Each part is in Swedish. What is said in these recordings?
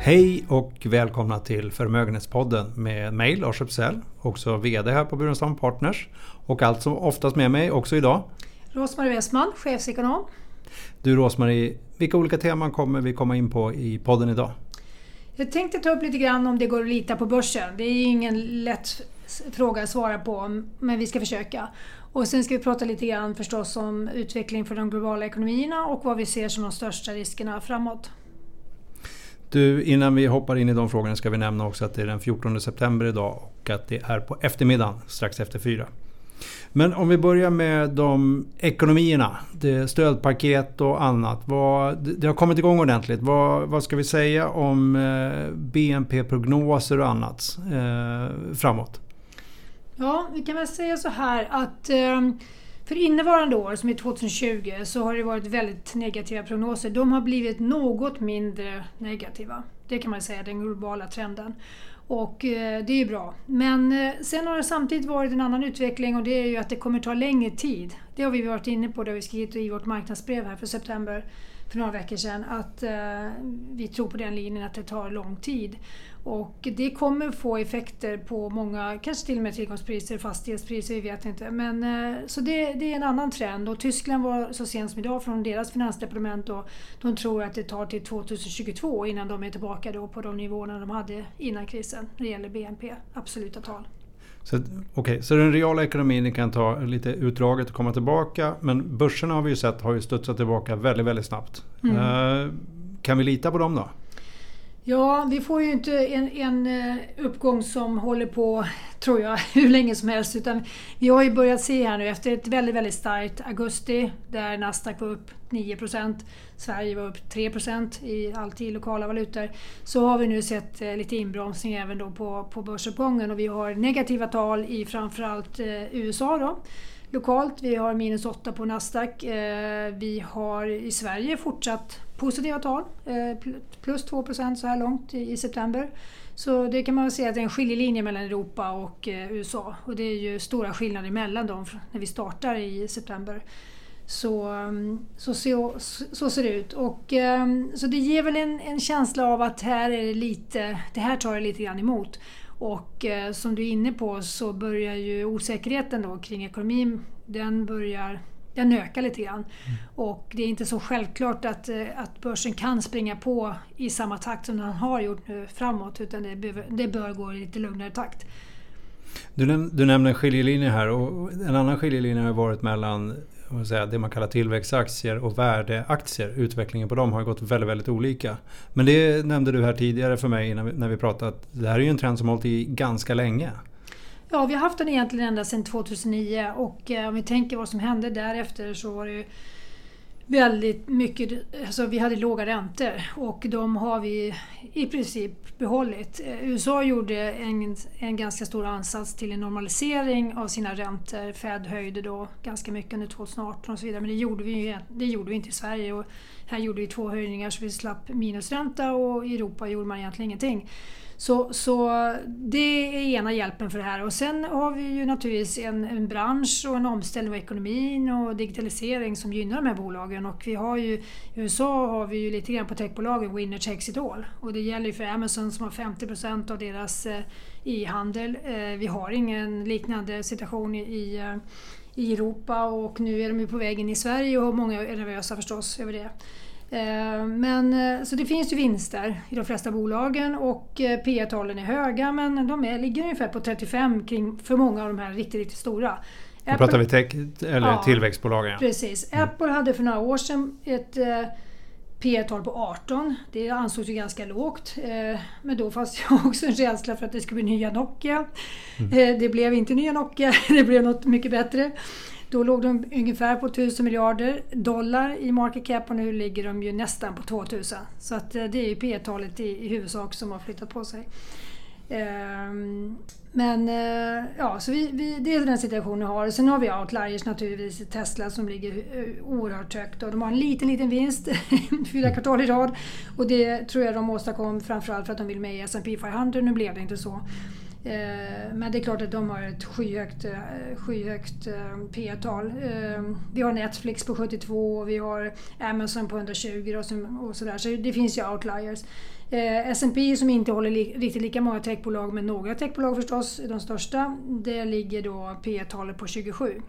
Hej och välkomna till Förmögenhetspodden med mig Lars Uppsell, också vd här på Burenstam Partners, och allt som oftast med mig också idag Rosmarie Westman, chefsekonom. Du Rosmarie, vilka olika teman kommer vi komma in på i podden idag? Jag tänkte ta upp lite grann om det går att lita på börsen. Det är ingen lätt fråga att svara på, men vi ska försöka. Och sen ska vi prata lite grann förstås om utveckling för de globala ekonomierna och vad vi ser som de största riskerna framåt. Du, innan vi hoppar in i de frågorna ska vi nämna också att det är den 14 september idag och att det är på eftermiddagen strax efter 4. Men om vi börjar med de ekonomierna, det stödpaket och annat. Det har kommit igång ordentligt. Vad ska vi säga om BNP-prognoser och annat framåt? Ja, vi kan väl säga så här att för innevarande år som är 2020 så har det varit väldigt negativa prognoser. De har blivit något mindre negativa. Det kan man säga, den globala trenden. Och det är ju bra. Men sen har det samtidigt varit en annan utveckling och det är ju att det kommer ta längre tid. Det har vi varit inne på, det har vi skrivit i vårt marknadsbrev här för september för några veckor sedan. Att vi tror på den linjen att det tar lång tid. Och det kommer få effekter på många, kanske till och med tillgångspriser, fastighetspriser, vi vet inte. Men, så det är en annan trend och Tyskland var så sent som idag från deras finansdepartement och de tror att det tar till 2022 innan de är tillbaka då på de nivåerna de hade innan krisen när det gäller BNP, absoluta tal. Så den reala ekonomin kan ta lite utdraget och komma tillbaka, men börserna har vi ju sett har ju studsat tillbaka väldigt, väldigt snabbt. Kan vi lita på dem då? Ja, vi får ju inte en uppgång som håller på, tror jag, hur länge som helst. Utan vi har ju börjat se här nu efter ett väldigt, väldigt starkt augusti där Nasdaq var upp 9%, Sverige var upp 3% i alltid lokala valutor. Så har vi nu sett lite inbromsning även då på börsuppgången och vi har negativa tal i framförallt USA då. Lokalt, vi har -8 på Nasdaq. Vi har i Sverige fortsatt positiva tal, plus 2% så här långt i september. Så det kan man väl säga att det är en skiljelinje mellan Europa och USA. Och det är ju stora skillnader mellan dem när vi startar i september. Så ser det ut. Och, så det ger väl en känsla av att det här tar det lite grann emot. Och som du är inne på så börjar ju osäkerheten då kring ekonomin, den ökar lite grann. Och det är inte så självklart att börsen kan springa på i samma takt som den har gjort nu framåt, utan det bör gå i lite lugnare takt. Du nämner en skiljelinje här och en annan skiljelinje har varit mellan det man kallar tillväxtaktier och värdeaktier. Utvecklingen på dem har gått väldigt, väldigt olika. Men det nämnde du här tidigare för mig när vi pratade att det här är ju en trend som har hållit i ganska länge. Ja, vi har haft den egentligen ända sedan 2009 och om vi tänker vad som hände därefter så var det ju väldigt mycket, alltså vi hade låga räntor och de har vi i princip behållit. USA gjorde en ganska stor ansats till en normalisering av sina räntor. Fed höjde då ganska mycket under 2018 och så vidare, men det gjorde vi inte i Sverige och här gjorde vi 2 höjningar så vi slapp minusränta och i Europa gjorde man egentligen ingenting. Så det är ena hjälpen för det här. Och sen har vi ju naturligtvis en bransch och en omställning av ekonomin och digitalisering som gynnar de här bolagen. Och vi har ju, i USA har vi ju lite grann på techbolagen winner takes it all. Och det gäller ju för Amazon som har 50% av deras e-handel. Vi har ingen liknande situation i Europa och nu är de ju på väg in i Sverige och många är nervösa förstås över det. Men, så det finns ju vinster i de flesta bolagen och P/E-talen är höga men ligger ungefär på 35 för många av de här riktigt, riktigt stora. Då pratar vi tillväxtbolagen. Precis. Apple hade för några år sedan ett P/E-tal på 18. Det ansågs ju ganska lågt. Men då fanns det också en rädsla för att det skulle bli nya Nokia. Det blev inte nya Nokia, det blev något mycket bättre. Då låg de ungefär på $1000 miljarder i market cap och nu ligger de ju nästan på 2000. Så att det är ju P/E-talet i huvudsak som har flyttat på sig. Men ja, så det är den situationen vi har. Sen har vi outliers naturligtvis i Tesla som ligger oerhört högt och de har en liten vinst 4 kvartal i rad och det tror jag de åstadkom framförallt för att de vill med i S&P 500. Nu blev det inte så. Men det är klart att de har ett skyhögt P-tal. Vi har Netflix på 72 och vi har Amazon på 120 och sådär. Så det finns ju outliers. S&P som inte håller riktigt lika många techbolag, men några techbolag förstås, de största, det ligger då P-talet på 27.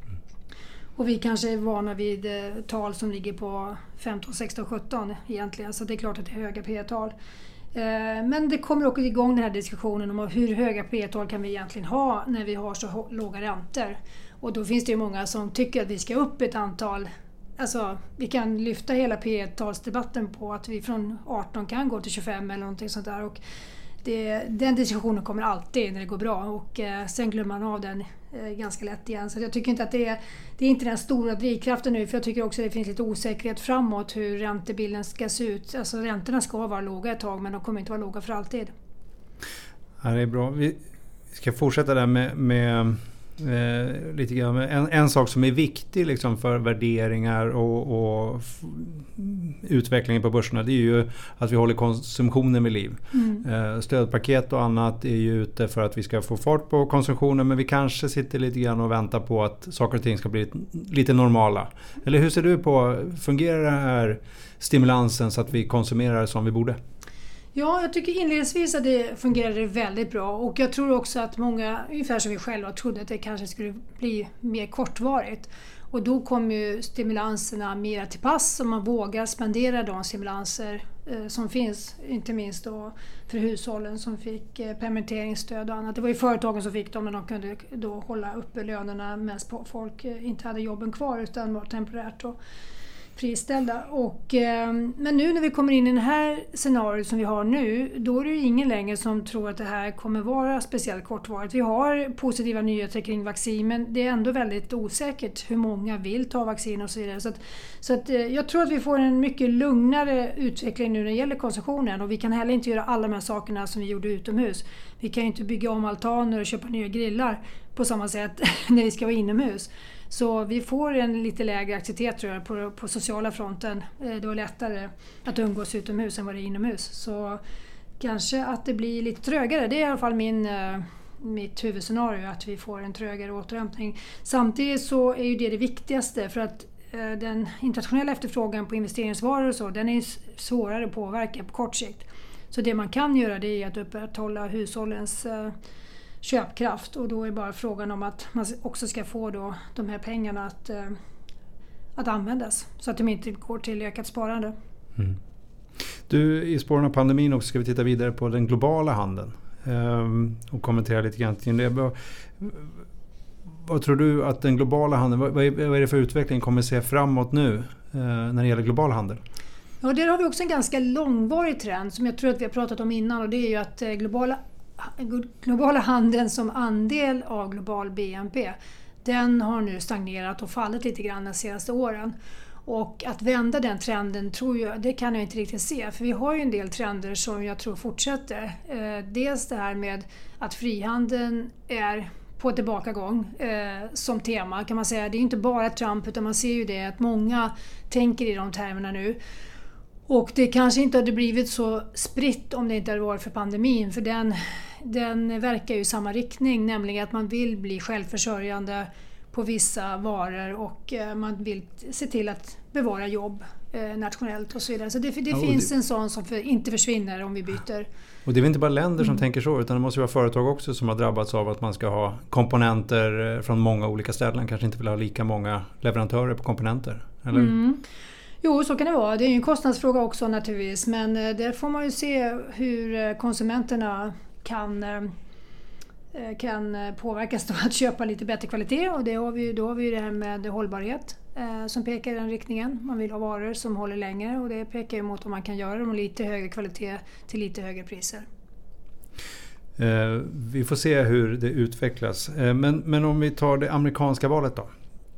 Och vi kanske är vana vid tal som ligger på 15, 16, 17 egentligen. Så det är klart att det är höga P-tal. Men det kommer också igång den här diskussionen om hur höga P-tal kan vi egentligen ha när vi har så låga räntor. Och då finns det ju många som tycker att vi ska upp ett antal. Alltså vi kan lyfta hela P-talsdebatten på att vi från 18 kan gå till 25 eller någonting sånt där. Och den diskussionen kommer alltid när det går bra och sen glömmer man av den ganska lätt igen. Så jag tycker inte att det är inte den stora drivkraften nu, för jag tycker också att det finns lite osäkerhet framåt hur räntebilden ska se ut. Alltså räntorna ska vara låga ett tag, men de kommer inte vara låga för alltid. Ja, det är bra. Vi ska fortsätta där med lite grann. En sak som är viktig liksom för värderingar och utvecklingen på börserna, det är ju att vi håller konsumtionen vid liv. Stödpaket och annat är ju ute för att vi ska få fart på konsumtionen, men vi kanske sitter lite grann och väntar på att saker och ting ska bli lite normala. Eller hur ser du på, fungerar den här stimulansen så att vi konsumerar som vi borde? Ja, jag tycker inledningsvis att det fungerade väldigt bra, och jag tror också att många, ungefär som vi själva, trodde att det kanske skulle bli mer kortvarigt. Och då kom ju stimulanserna mer till pass och man vågar spendera de stimulanser som finns, inte minst då för hushållen som fick permitteringsstöd och annat. Det var ju företagen som fick dem, men de kunde då hålla uppe lönerna medan folk inte hade jobben kvar utan var temporärt och friställda. Men nu när vi kommer in i den här scenariot som vi har nu, då är det ju ingen längre som tror att det här kommer vara speciellt kortvarigt. Vi har positiva nyheter kring vaccin, men det är ändå väldigt osäkert hur många vill ta vaccin och så vidare. Så att jag tror att vi får en mycket lugnare utveckling nu när det gäller konsumtionen, och vi kan heller inte göra alla de här sakerna som vi gjorde utomhus. Vi kan ju inte bygga om altaner och köpa nya grillar på samma sätt när vi ska vara inomhus. Så vi får en lite lägre aktivitet, tror jag, på sociala fronten. Det var lättare att umgås utomhus än vad det är inomhus. Så kanske att det blir lite trögare. Det är i alla fall mitt huvudscenario, att vi får en trögare återhämtning. Samtidigt så är ju det viktigaste, för att den internationella efterfrågan på investeringsvaror och så, den är svårare att påverka på kort sikt. Så det man kan göra, det är att upprätthålla hushållens köpkraft, och då är bara frågan om att man också ska få då de här pengarna att användas så att de inte går till ökat sparande. Du, i spåren av pandemin också ska vi titta vidare på den globala handeln och kommentera lite grann kring det. Vad tror du att den globala handeln, vad är det för utveckling kommer se framåt nu när det gäller global handel? Ja, där har vi också en ganska långvarig trend som jag tror att vi har pratat om innan, och det är ju att globala handeln som andel av global BNP, den har nu stagnerat och fallit lite grann de senaste åren. Och att vända den trenden tror jag, det kan jag inte riktigt se, för vi har ju en del trender som jag tror fortsätter. Dels det här med att frihandeln är på tillbakagång som tema, kan man säga. Det är inte bara Trump, utan man ser ju det att många tänker i de termerna nu. Och det kanske inte hade blivit så spritt om det inte hade varit för pandemin, för den verkar ju i samma riktning, nämligen att man vill bli självförsörjande på vissa varor och man vill se till att bevara jobb nationellt och så vidare. Så det finns en sån som inte försvinner om vi byter. Och det är inte bara länder som tänker så, utan det måste ju vara företag också som har drabbats av att man ska ha komponenter från många olika ställen. Kanske inte vill ha lika många leverantörer på komponenter, eller? Jo, så kan det vara. Det är ju en kostnadsfråga också naturligtvis, men där får man ju se hur konsumenterna kan påverkas då att köpa lite bättre kvalitet, och då har vi ju det här med hållbarhet som pekar i den riktningen. Man vill ha varor som håller längre, och det pekar ju mot om man kan göra dem lite högre kvalitet till lite högre priser. Vi får se hur det utvecklas. Men om vi tar det amerikanska valet då.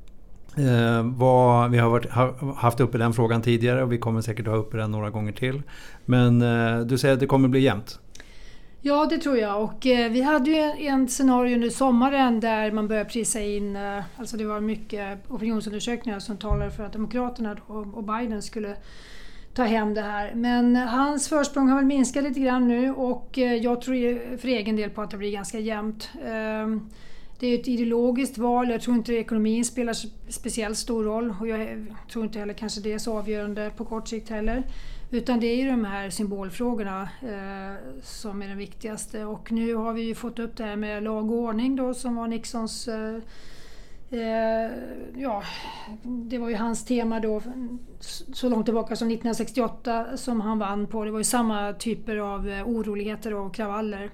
Vi har haft uppe den frågan tidigare och vi kommer säkert ha uppe den några gånger till. Men du säger att det kommer bli jämnt. Ja, det tror jag. Och vi hade ju en scenario under sommaren där man började prisa in, alltså det var mycket opinionsundersökningar som talade för att Demokraterna och Biden skulle ta hem det här. Men hans försprång har väl minskat lite grann nu och jag tror för egen del på att det blir ganska jämnt. Det är ett ideologiskt val. Jag tror inte ekonomin spelar speciellt stor roll och jag tror inte heller kanske det är så avgörande på kort sikt heller. Utan det är ju de här symbolfrågorna som är den viktigaste. Och nu har vi ju fått upp det här med lag och ordning då som var Nixons... det var ju hans tema då så långt tillbaka som 1968 som han vann på. Det var ju samma typer av oroligheter och kravaller.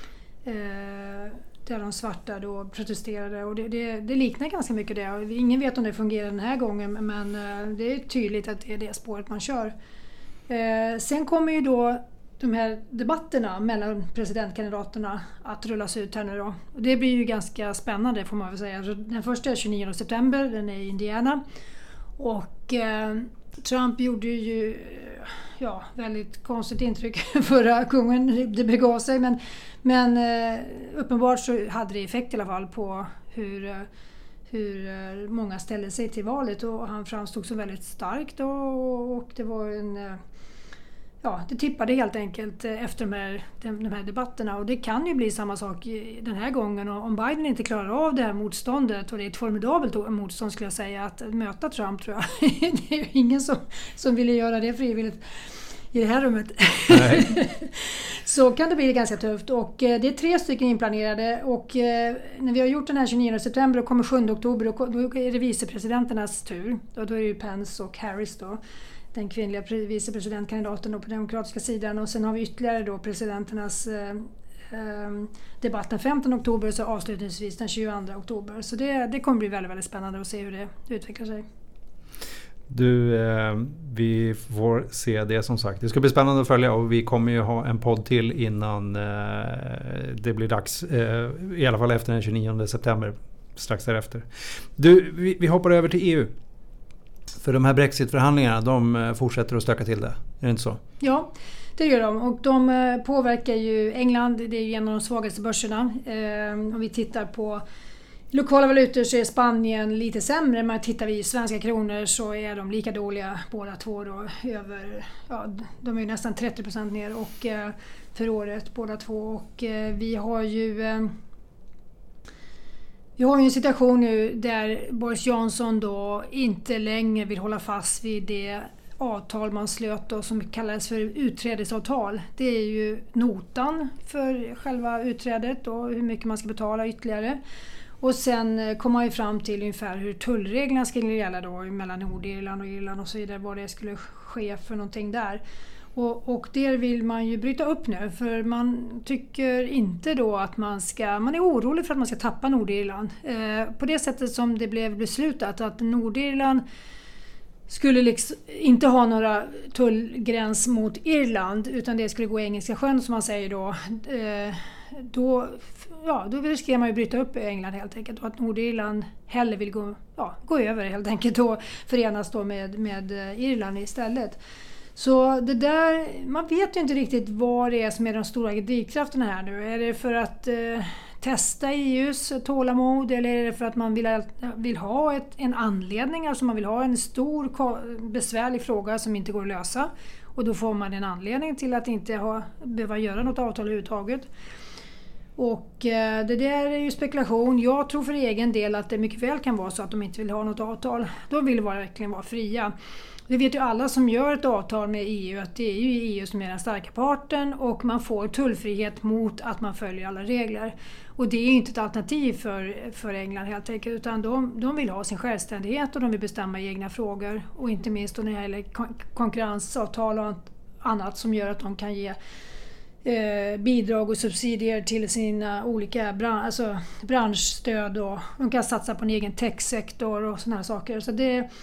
Där de svarta då protesterade och det liknar ganska mycket det. Ingen vet om det fungerar den här gången men det är tydligt att det är det spåret man kör. Sen kommer ju då de här debatterna mellan presidentkandidaterna att rullas ut här nu då. Och det blir ju ganska spännande får man väl säga. Den första är 29 september, den är i Indiana. Och Trump gjorde ju väldigt konstigt intryck förra gången det begav sig. Men uppenbart så hade det effekt i alla fall på hur många ställde sig till valet. Och han framstod som väldigt stark då och det var det tippade helt enkelt efter de här debatterna och det kan ju bli samma sak den här gången om Biden inte klarar av det här motståndet och det är ett formidabelt motstånd skulle jag säga att möta Trump tror jag. Det är ju ingen som ville göra det frivilligt i det här rummet. Så kan det bli ganska tufft och det är 3 stycken inplanerade och när vi har gjort den här 29 september och kommer 7 oktober och då är det vicepresidenternas tur och då är det ju Pence och Harris då. Den kvinnliga vicepresidentkandidaten på den demokratiska sidan och sen har vi ytterligare då presidenternas debatt den 15 oktober och så avslutningsvis den 22 oktober. Så det kommer bli väldigt, väldigt spännande att se hur det utvecklar sig. Du, vi får se det som sagt. Det ska bli spännande att följa och vi kommer ju ha en podd till innan det blir dags. I alla fall efter den 29 september, strax därefter. Du, vi hoppar över till EU. För de här Brexit-förhandlingarna, de fortsätter att stöka till det. Är det inte så? Ja, det gör de. Och de påverkar ju England. Det är ju en av de svagaste börserna. Om vi tittar på lokala valutor så är Spanien lite sämre. Men tittar vi i svenska kronor så är de lika dåliga båda två. Då, de är ju nästan 30% ner och, för året båda två. Och vi har ju en situation nu där Boris Johnson då inte längre vill hålla fast vid det avtal man slöt då, som kallas för utträdesavtal. Det är ju notan för själva utträdet och hur mycket man ska betala ytterligare. Och sen kommer man ju fram till ungefär hur tullreglerna skulle gälla då mellan Nordirland och Irland och så vidare, vad det skulle ske för någonting där. Och det vill man ju bryta upp nu för man tycker inte då att man är orolig för att man ska tappa Nordirland. På det sättet som det blev beslutat att Nordirland skulle inte ha några tullgräns mot Irland utan det skulle gå i Engelska sjön som man säger då. Då riskerar man ju bryta upp England helt enkelt och att Nordirland hellre vill gå över helt enkelt och förenas då med Irland istället. Så det där, man vet ju inte riktigt vad det är som är de stora drivkrafterna här nu. Är det för att testa EUs tålamod eller är det för att man vill ha en anledning, alltså man vill ha en stor besvärlig fråga som inte går att lösa och då får man en anledning till att inte behöva göra något avtal överhuvudtaget. Och det där är ju spekulation. Jag tror för egen del att det mycket väl kan vara så att de inte vill ha något avtal. De vill verkligen vara fria. Det vet ju alla som gör ett avtal med EU att det är ju EU som är den starka parten och man får tullfrihet mot att man följer alla regler. Och det är ju inte ett alternativ för England helt enkelt utan de vill ha sin självständighet och de vill bestämma egna frågor och inte minst då när det gäller konkurrensavtal och annat som gör att de kan ge bidrag och subsidier till sina olika branschstöd och de kan satsa på en egen techsektor och sådana här saker. Så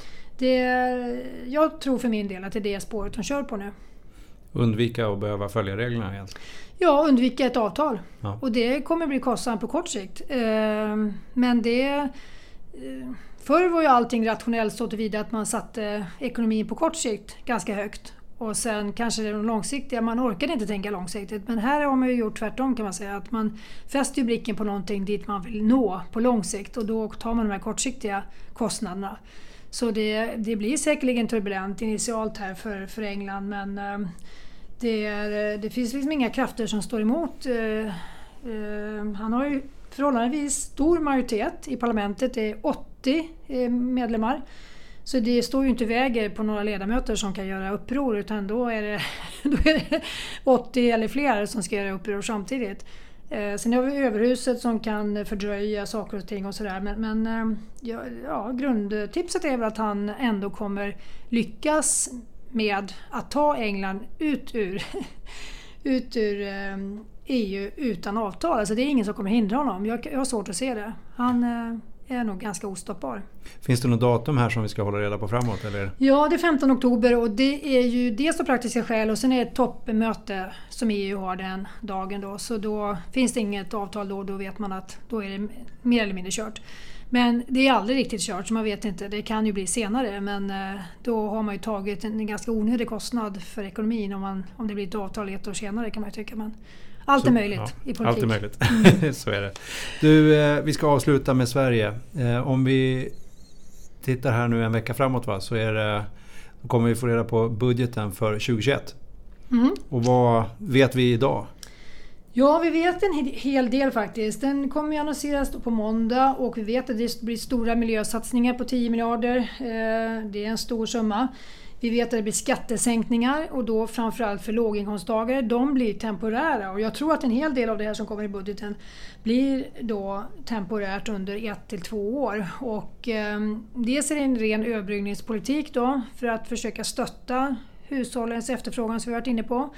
jag tror för min del att det är det spåret de kör på nu. Undvika att behöva följa reglerna helt? Ja, undvika ett avtal. Ja. Och det kommer bli kostsamt på kort sikt. Men förr var ju allting rationellt så tillvida att man satte ekonomin på kort sikt ganska högt. Och sen kanske det långsiktiga, man orkade inte tänka långsiktigt. Men här har man ju gjort tvärtom kan man säga. Att man fäster ju blicken på någonting dit man vill nå på lång sikt. Och då tar man de här kortsiktiga kostnaderna. Så det blir säkerligen turbulent initialt här för England, men det finns liksom inga krafter som står emot. Han har ju förhållandevis stor majoritet i parlamentet, det är 80 medlemmar. Så det står ju inte väger på några ledamöter som kan göra uppror, utan då är det 80 eller fler som ska göra uppror samtidigt. Sen har vi överhuset som kan fördröja saker och ting och sådär. Men grundtipset är väl att han ändå kommer lyckas med att ta England ut ur EU utan avtal. Alltså det är ingen som kommer hindra honom. Jag har svårt att se det. Han är nog ganska ostoppbar. Finns det något datum här som vi ska hålla reda på framåt? Eller? Ja, det är 15 oktober och det är ju dels av praktiska skäl och sen är det ett toppmöte som EU har den dagen då. Så då finns det inget avtal då vet man att då är det mer eller mindre kört. Men det är aldrig riktigt kört så man vet inte. Det kan ju bli senare, men då har man ju tagit en ganska onödig kostnad för ekonomin om det blir ett avtal ett år senare, kan man ju tycka. Men allt är möjligt i politik. Allt är möjligt, så är det. Du, vi ska avsluta med Sverige. Om vi tittar här nu en vecka framåt, så då kommer vi få reda på budgeten för 2021. Och vad vet vi idag? Ja, vi vet en hel del faktiskt. Den kommer ju annonseras på måndag och vi vet att det blir stora miljösatsningar på 10 miljarder. Det är en stor summa. Vi vet att det blir skattesänkningar och då framförallt för låginkomsttagare. De blir temporära och jag tror att en hel del av det här som kommer i budgeten blir då temporärt under 1 till 2 år. Och dels är det en ren överbryggningspolitik då för att försöka stötta hushållens efterfrågan som vi har varit inne på.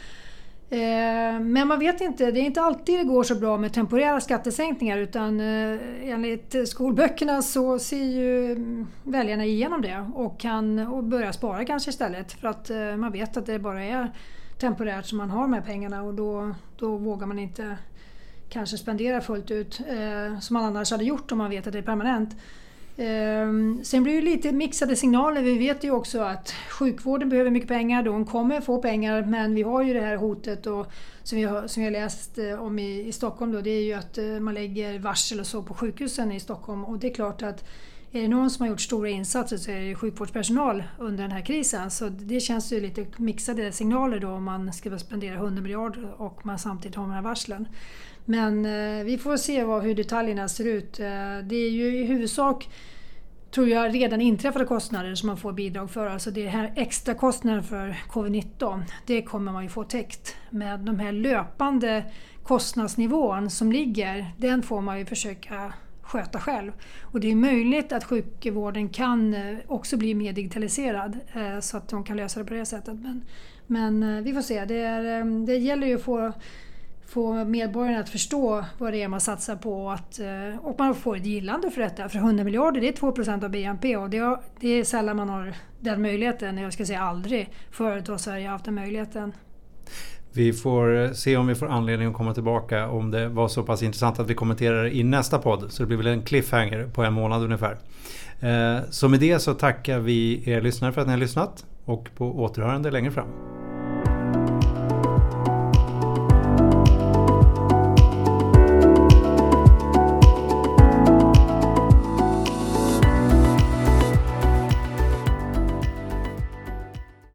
Men man vet inte, det är inte alltid det går så bra med temporära skattesänkningar, utan enligt skolböckerna så ser ju väljarna igenom det och börjar spara kanske istället, för att man vet att det bara är temporärt som man har med pengarna, och då vågar man inte kanske spendera fullt ut som man annars hade gjort om man vet att det är permanent. Sen blir det lite mixade signaler. Vi vet ju också att sjukvården behöver mycket pengar. De kommer få pengar, men vi har ju det här hotet och, som vi har läst om i Stockholm då, det är ju att man lägger varsel och så på sjukhusen i Stockholm, och det är klart att är det någon som har gjort stora insatser så är det sjukvårdspersonal under den här krisen. Så det känns ju lite mixade signaler då om man ska spendera 100 miljarder och man samtidigt har de här varslen. Men vi får se hur detaljerna ser ut. Det är ju i huvudsak, tror jag, redan inträffade kostnader som man får bidrag för. Alltså det här extra kostnader för covid-19, det kommer man ju få täckt. Med de här löpande kostnadsnivån som ligger, den får man ju försöka sköta själv. Och det är möjligt att sjukvården kan också bli mer digitaliserad så att de kan lösa det på det sättet. Men vi får se. Det gäller ju att få medborgarna att förstå vad det är man satsar på, och man får ett gillande för detta. För 100 miljarder, det är 2% av BNP, och det är sällan man har den möjligheten. Jag ska säga aldrig förut har Sverige haft den möjligheten. Vi får se om vi får anledning att komma tillbaka, om det var så pass intressant att vi kommenterar det i nästa podd. Så det blir väl en cliffhanger på 1 månad ungefär. Så med det så tackar vi er lyssnare för att ni har lyssnat, och på återhörande längre fram.